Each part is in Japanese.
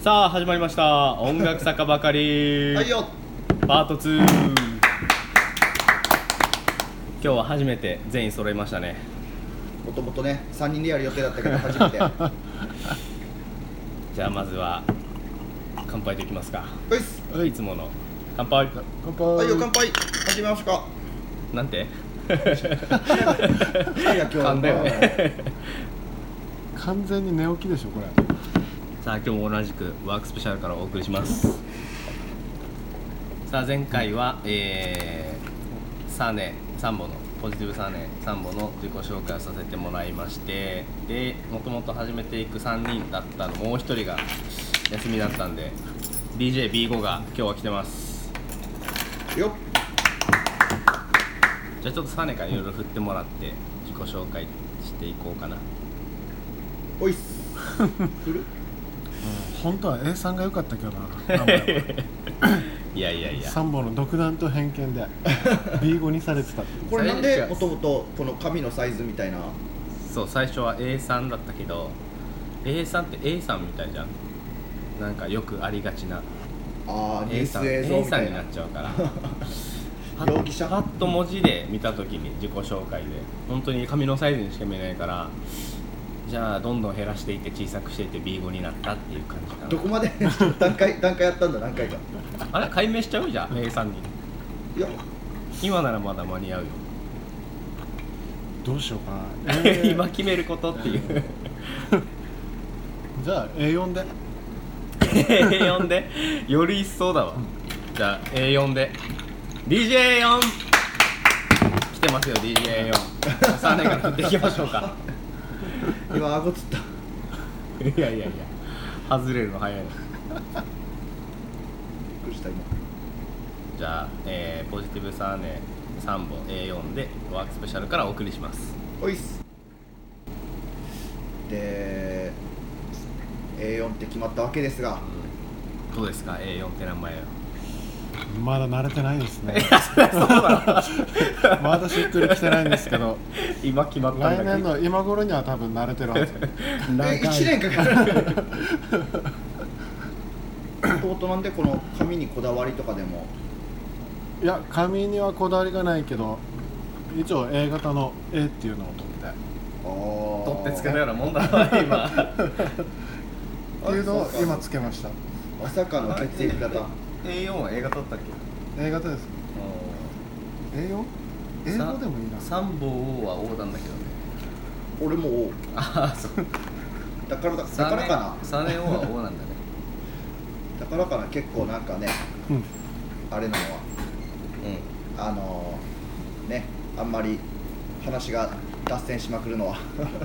さあ始まりました音楽坂ばかりはいよパート2。今日は初めて全員揃いましたね。 もともとね3人でやる予定だったけど初めてじゃあまずは乾杯できますか。 ういっすいつもの乾杯。 乾杯。 はいよ乾杯始めましょうか。 なんてはいや今日噛んだよね完全に寝起きでしょこれ。 さあ今日も同じくワークスペシャルからお送りします。さあ前回は、サーネサンボのポジティブサーネサンボの自己紹介をさせてもらいまして、でもともと始めていく3人だったのもう1人が休みだったんで DJB5 が今日は来てます。 よっじゃあちょっとサーネからいろいろ振ってもらって自己紹介していこうかな。 おいっす振る本当は A さんが良かったけどな。名前はいやいやいや、 3本の独断と偏見で B5 にされてたっていう。 これなんでもともとこの紙のサイズみたいな。 そう最初は A さんだったけど A さんって A さんみたいじゃん。なんかよくありがちなあーニュ A ーさんス映像 A みたいなさんになっちゃうから容疑者パッと文字で見たときに自己紹介で本当に紙のサイズにしか見えないから、じゃあどんどん減らしていって小さくしていって B5 になったっていう感じかな。 どこまで段階やったんだ何回か。 あれ解明しちゃうじゃん A さんに。 いや今ならまだ間に合うよどうしようかな。 今決めることっていうじゃあ A4 で。 A4 でより一層だわ。じゃあ A4 で DJ4 来てますよ DJ4 3年から振っていきましょうか今顎つった。 いやいやいや外れるの早いな。 びっくりした今。 じゃあ、ポジティブサーネ3本 A4 でワークスペシャルからお送りします。 おいっす。で A4 って決まったわけですが、 どうですか A4 って名前は。 まだ慣れてないですね。 そうだまだしっくりきてないんですけど今決まったんだ来年の今頃には多分慣れてるはず。 1年かかるもとなんでこの紙にこだわりとかでも。 いや紙にはこだわりがないけど一応 A 型の A っていうのを取って取ってつけたようなもんだわ今っていうのを今つけました。 まさかの血液型。 A4 は A 型だったっけ。 A 型です。A4？ 英語でもいいな。 3本 O は O なんだけどね。 俺も O ああそうだからかな。 3年 O は O なんだねだからかな。結構なんかね、 うんあれなのはね、あんまり話が脱線しまくるのは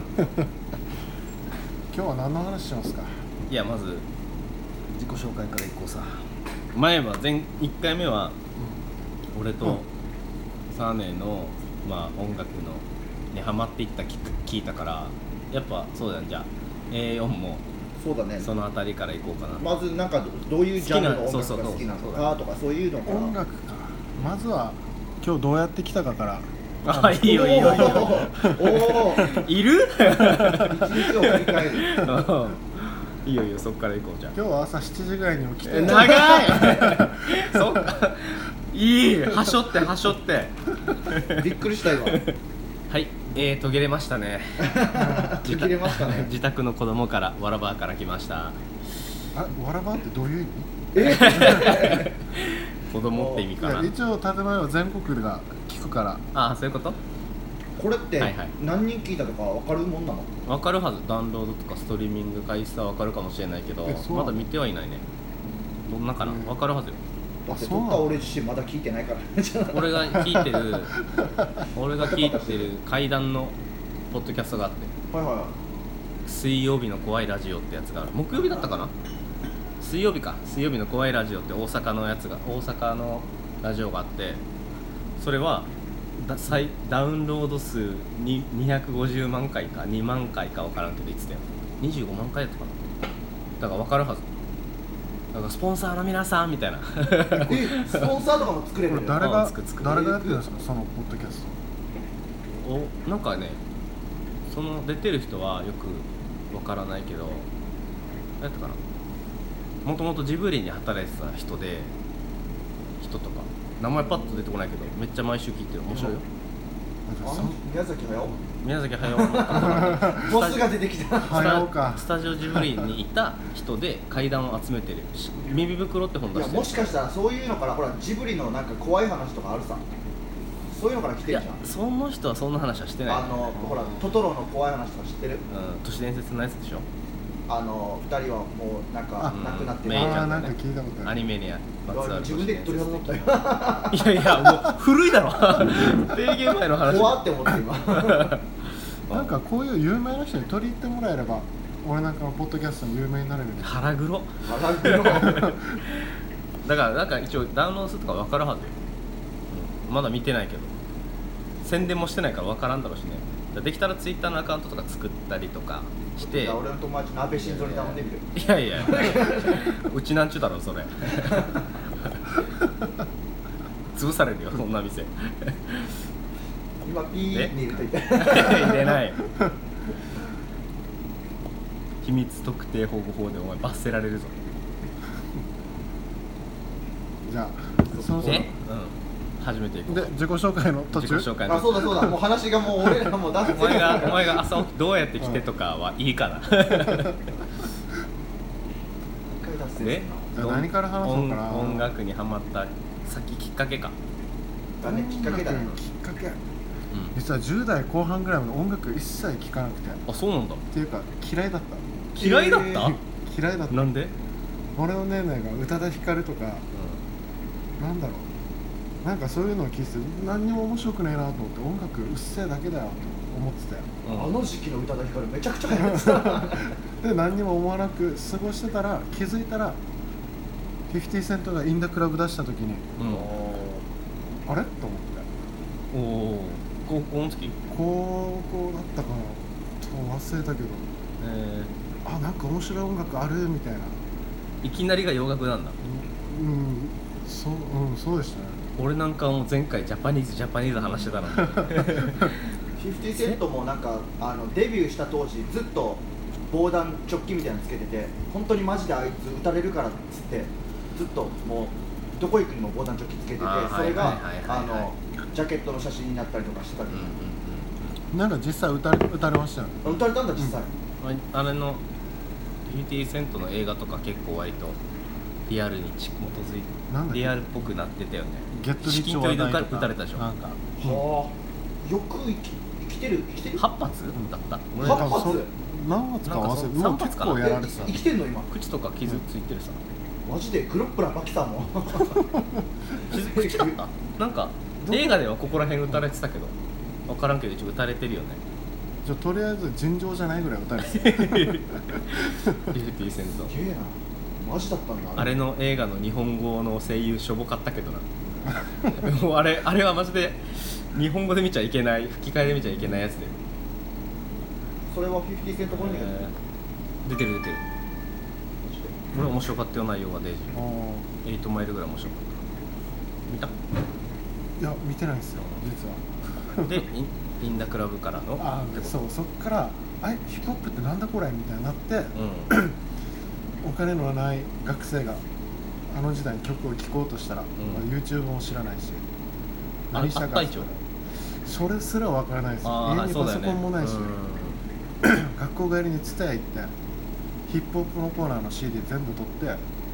今日は何の話しますか。 いやまず自己紹介からいこうさ。前は1回目は俺とサーネの、まあ、音楽のにハマっていった聞いたから、やっぱそうだね。じゃあ A4 もそうだね。 そのあたりからいこうかな。 まずなんかどういうジャンルの音楽がそう好きなのかとかそういうのから。 音楽か。まずは今日どうやって来たかから。 あいいよいいよいいよおおいる一日を振り返る。 いいよいいよそっから行こう。じゃ今日は朝7時ぐらいに起きて。 長いそっかいいはしょってびっくりした今。 はい、途切れましたね途切れましたね。 自宅の子供からわらばから来ました。 あ、わらばってどういう意味？ 子供って意味かな。 一応建前は全国が聞くから。 ああそういうこと。 これってはいはい何人聞いたとか分かるもんなの？ 分かるはず。ダウンロードとかストリーミング回数は分かるかもしれないけどまだ見てはいないね。どんなかな分かるはずよ。 だって撮った俺自身まだ聞いてないから俺が聞いてる怪談のポッドキャストがあって、 はいは水曜日の怖いラジオってやつがある。木曜日だったかな。水曜日の怖いラジオって大阪のラジオがあって、それはダウンロード数に250万回か2万回か分からんけど言ってたよ。25万回だったかな。だから分かるはず。だからスポンサーの皆さんみたいなスポンサーとかも作れるよ。 誰がやって作るるんですかそのポッドキャスおなんかね、その出てる人はよく分からないけど、何やったかな。 もともとジブリに働いてた人とか名前パッと出てこないけどめっちゃ毎週聞いてる面白いよ。 宮崎駿宮崎駿ボスが出てきたスタジオジブリにいた人で怪談を集めてる耳袋って本出してる。 もしかしたらそういうのからほらジブリのなんか怖い話とかあるさ、そういうのから来てるじゃん。 その人はそんな話はしてない。 ほらトトロの怖い話とか知ってる？ 都市伝説のやつでしょ。 2人はもうなんか亡くなってる。 メイちゃんなんか聞いたことある。 アニメにまつわる自分で取り外ったよ。 いやもう古いだろ提言前の話。 怖って思って今なんかこういう有名な人に取り入ってもらえれば俺なんかのポッドキャストも有名になれる。 腹黒だからなんか一応ダウンロードするとか分かるはずよ、まだ見てないけど宣伝もしてないから分からんだろうしね。できたらツイッターのアカウントとか作ったりとかして俺の友達の安倍晋三に頼んでみる。 いやうちなんちゅうだろそれ潰されるよそんな店今ピーに入れといて入れない秘密特定保護法でお前罰せられるぞ。 じゃあそろそろ初めて行こう。 で自己紹介の途中。 自己紹介あ、そうだもう話がもう俺らも出してお前が朝起きどうやって来てとかはいいかなで何から話そうかな。 音楽にハマったさっききっかけかだね。きっかけだね。 きっかけ、実は10代後半ぐらいまで音楽一切聴かなくて。 あ、そうなんだ。 っていうか嫌いだった。 嫌いだった。なんで？ 俺の年齢が宇多田ヒカルとか、なんだろう、なんかそういうのを聞いてて何にも面白くねえなと思って音楽うっせえだけだよと思ってたよ。 あの時期の宇多田ヒカルめちゃくちゃ流行ってたで何にも思わなく過ごしてたら気づいたら50セントがインダクラブ出した時に、あれと思って。 高校の時？ 高校だったかなと忘れたけど、あ、なんか面白い音楽あるみたいな。 いきなりが洋楽なんだ。 そうでしたね。 俺なんかもう前回ジャパニーズ話してたのに 50セントもなんかデビューした当時ずっと防弾チョッキみたいなのつけてて、本当にマジであいつ撃たれるからっつってずっともうどこ行くにも防弾チョッキつけてて、それがジャケットの写真になったりとかしてたり、 なんか実際撃たれましたよね。 撃たれたんだ実際。 あれの50セントの映画とか結構割とリアルに基づいてリアルっぽくなってたよね。 ゲットリッチはないとか撃たれたでしょ。なんかはあ、よく生きてる 8発だった。 8発何発か忘れて、もう結構やられてた。 生きてんの今。 口とか傷ついてるさ。 マジでグロップラバキさんも口だった。なんか映画ではここら辺撃たれてたけど分からんけど一応撃たれてるよね。 じゃとりあえず尋常じゃないぐらい撃たれてた 50セント。 すげえな、マジだったんだ。 あれの映画の日本語の声優しょぼかったけどなもうあれはマジで日本語で見ちゃいけない、吹き替えで見ちゃいけないやつで。 それは50セント本人が出てるこれ面白かったよ、内容がデイジー8マイルぐらい面白かった。見た？ いや見てないですよ実はでインダクラブからのそっからヒップホップってなんだこれみたいになって、お金のない学生があの時代に曲を聴こうとしたら、YouTube も知らないし何したかそれすら分からないです。家にパソコンもないし、学校帰りにTSUTAYA行ってヒップホップのコーナーの CD 全部取って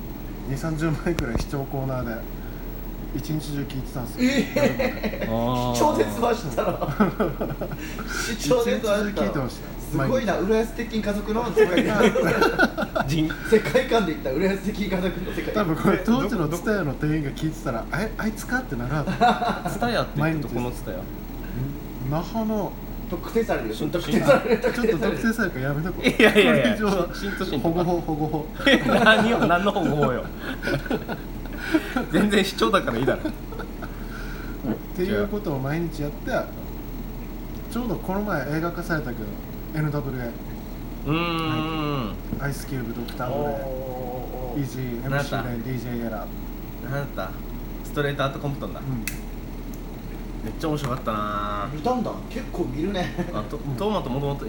2、30枚くらい視聴コーナーで一日中聴いてたんですよ。 視聴で済ましたら視聴で済ましたらすごいな。浦安鉄筋家族の世界観でいった浦安鉄筋家族の世界観。 多分これ当時のTSUTAYAの店員が聞いてたらあいつかってなら TSUTAYAって言うとこのTSUTAYA 那覇の特定されるよ。ちょっと特定されるからやめとこう。 いや保護法何の保護法よ全然視聴だからいいだろっていうことを毎日やって、ちょうどこの前映画化されたけど NWA、アイスキューブ、ドクター・ドレイ、イージー、MC レン、DJ エラー。 何だった？ストレートアートコンプトンだ。めっちゃ面白かったな。 見たんだ。結構見るね。 トーマともともと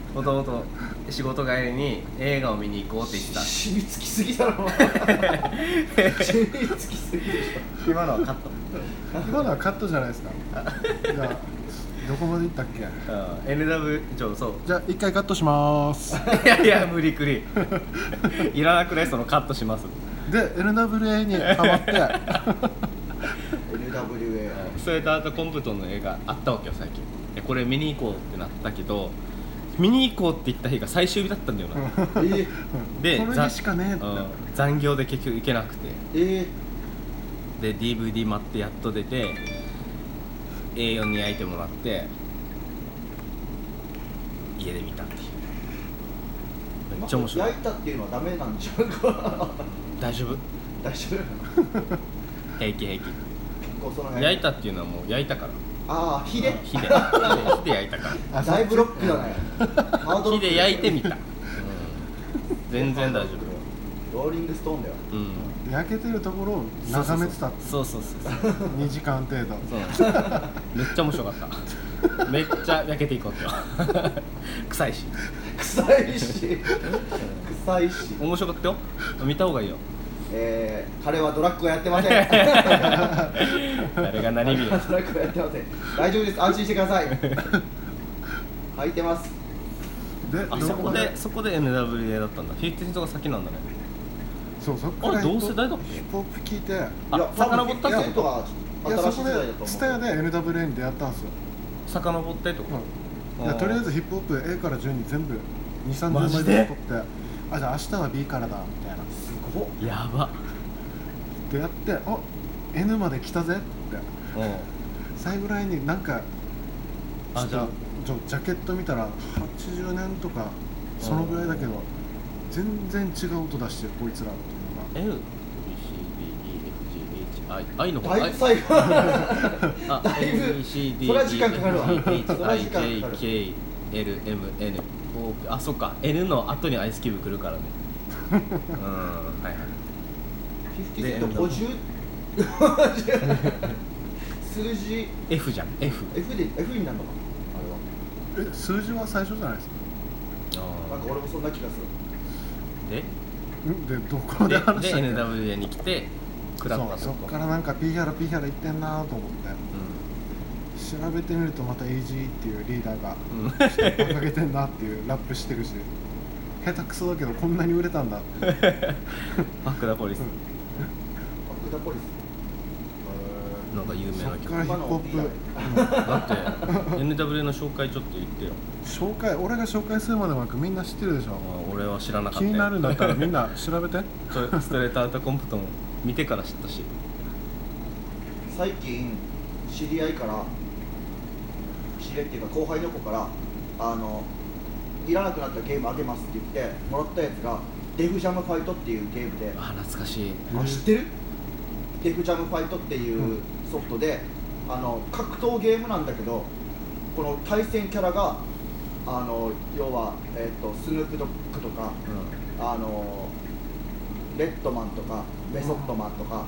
もともと仕事帰りに映画を見に行こうって言ってた。 染みつきすぎだろ染みつきすぎでし今のはカット。 今のはカットじゃないですか。じゃあどこまで行ったっけ。 NW そうじゃあ一回カットしますいや無理くりいらなくないそのカットしますで NWA にハマって NWA それとあとコンプトンの映画あったわけよ最近。でこれ見に行こうってなったけど、見に行こうって言った日が最終日だったんだよなでそれでしかねえって残業で結局行けなくて、 えで DVD 待ってやっと出て A4 に焼いてもらって家で見たっていう。めっちゃ面白い。 焼いたっていうのはダメなんでしょうか大丈夫大丈夫平気平気。 結構その辺焼いたっていうのはもう焼いたから。 ああ火で火で焼いたからだいぶロックだねハードロック火で焼いてみた、全然大丈ローリングストーンだよ夫。 焼けてるところを眺めてたってそうそう 2時間程度そうめっちゃ面白かっためっちゃ焼けていこうって臭いし臭いし臭いし面白かったよ。見た方がいいよ。 彼はドラッグはやってません誰が何見るドラッグはやってません。大丈夫です、安心してください履いてますであそこで NWA だったんだ。50セントが先なんだね。 そうそっからあれ同世代だっけ。 ヒップホップ聞いていや遡ったっけ。 50%がいやそこ新しい世代だと思うでツタヤで NWA に出会ったんですよ、 遡ってとか、 いやとりあえずヒップホップ A から順に全部2、30枚マジでで撮ってあじゃあ明日は B からだみたいなすごっやば。 でやってあ N まで来たぜってうん最後らへんになんかあじゃあジャケット見たら80年とかそのぐらいだけど全然違う音出してるこいつらっていうのが L B C D E F G H I の方だいぶ最後あだいぶ A B C D E それは時間かかるわ H それ I は時間か J かる K L M N O P あそっか N の後にアイスキューブ来るからねうんはいはい 50セント50数字 F じゃん F F になるのかあれは数字は最初じゃないですかなんか俺もそんな気がするででどこで話したっけ NWA に来て食らったそっからなんかピーヒャラ言ってんなと思って調べてみるとまた AG っていうリーダーが追っかけてんなっていうラップしてるし下手くそだけどこんなに売れたんだってバックダポリスバックダポリスなんか有名なそっ曲からヒップホップだって NWA の紹介ちょっと言ってよ。 紹介俺が紹介するまでもなくみんな知ってるでしょ。 俺は知らなかった気よ。 になるんだったらみんな調べてそれストレートアウトコンプトン見てから知ったし。 最近知り合いっていうか後輩の子からいらなくなったゲームあげますって言ってもらったやつがデフジャムファイトっていうゲームであ懐かしい。 知ってる？デフジャムファイトっていうソフトで、格闘ゲームなんだけどこの対戦キャラが要は、スヌープドッグとか、レッドマンとかメソッドマンとか、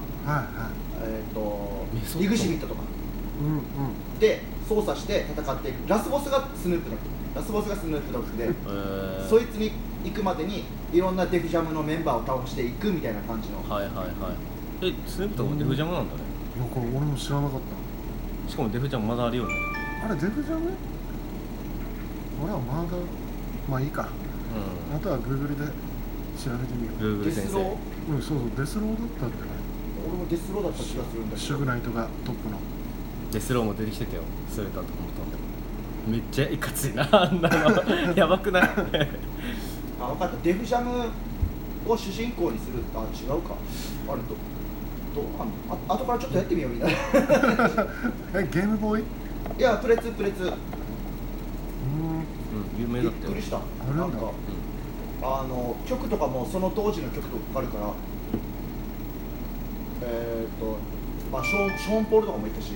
リグシビットとかで操作して戦っていく。ラスボスがスヌープドッグで、そいつに行くまでにいろんなデフジャムのメンバーを倒していくみたいな感じの。 はいはいはい。スヌープとかもデフジャムなんだね。 なんか俺も知らなかったしかもデフジャムまだあるよね。 あれデフジャム俺はまだまあいいか、あとは Google で調べてみよう。 Google 先生。 デスローそうデスローだったんじゃない俺もデスローだった気がするんだけどシュグナイトがトップのデスローも出てきてたよ。ストレートアウトコンプトンで。めっちゃいかついなあんなのやばくない分かった。デフジャムを主人公にする。違うか。あれどう後からちょっとやってみようみたいなゲームボーイいやプレツ有名びっだったよ。 くりした。 るんだなんか曲とかもその当時の曲とかかかるからまあショーン・ポールとかもいたし、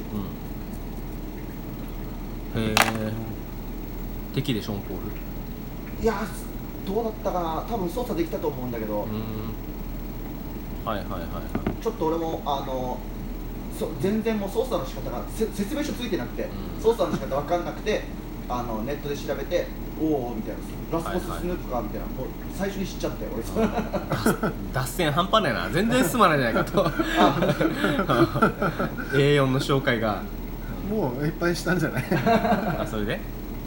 へえ。敵でショーン・ポール。 いやどうだったかな。多分操作できたと思うんだけど、 はいはいはいはい。 ちょっと俺も全然もう操作の仕方が説明書ついてなくて、操作の仕方分かんなくてネットで調べておおみたいなラスボススヌープかみたいな、もう最初に知っちゃって俺脱線半端ないな、全然進まないじゃないかとA4 の紹介がもういっぱいしたんじゃないあ、それで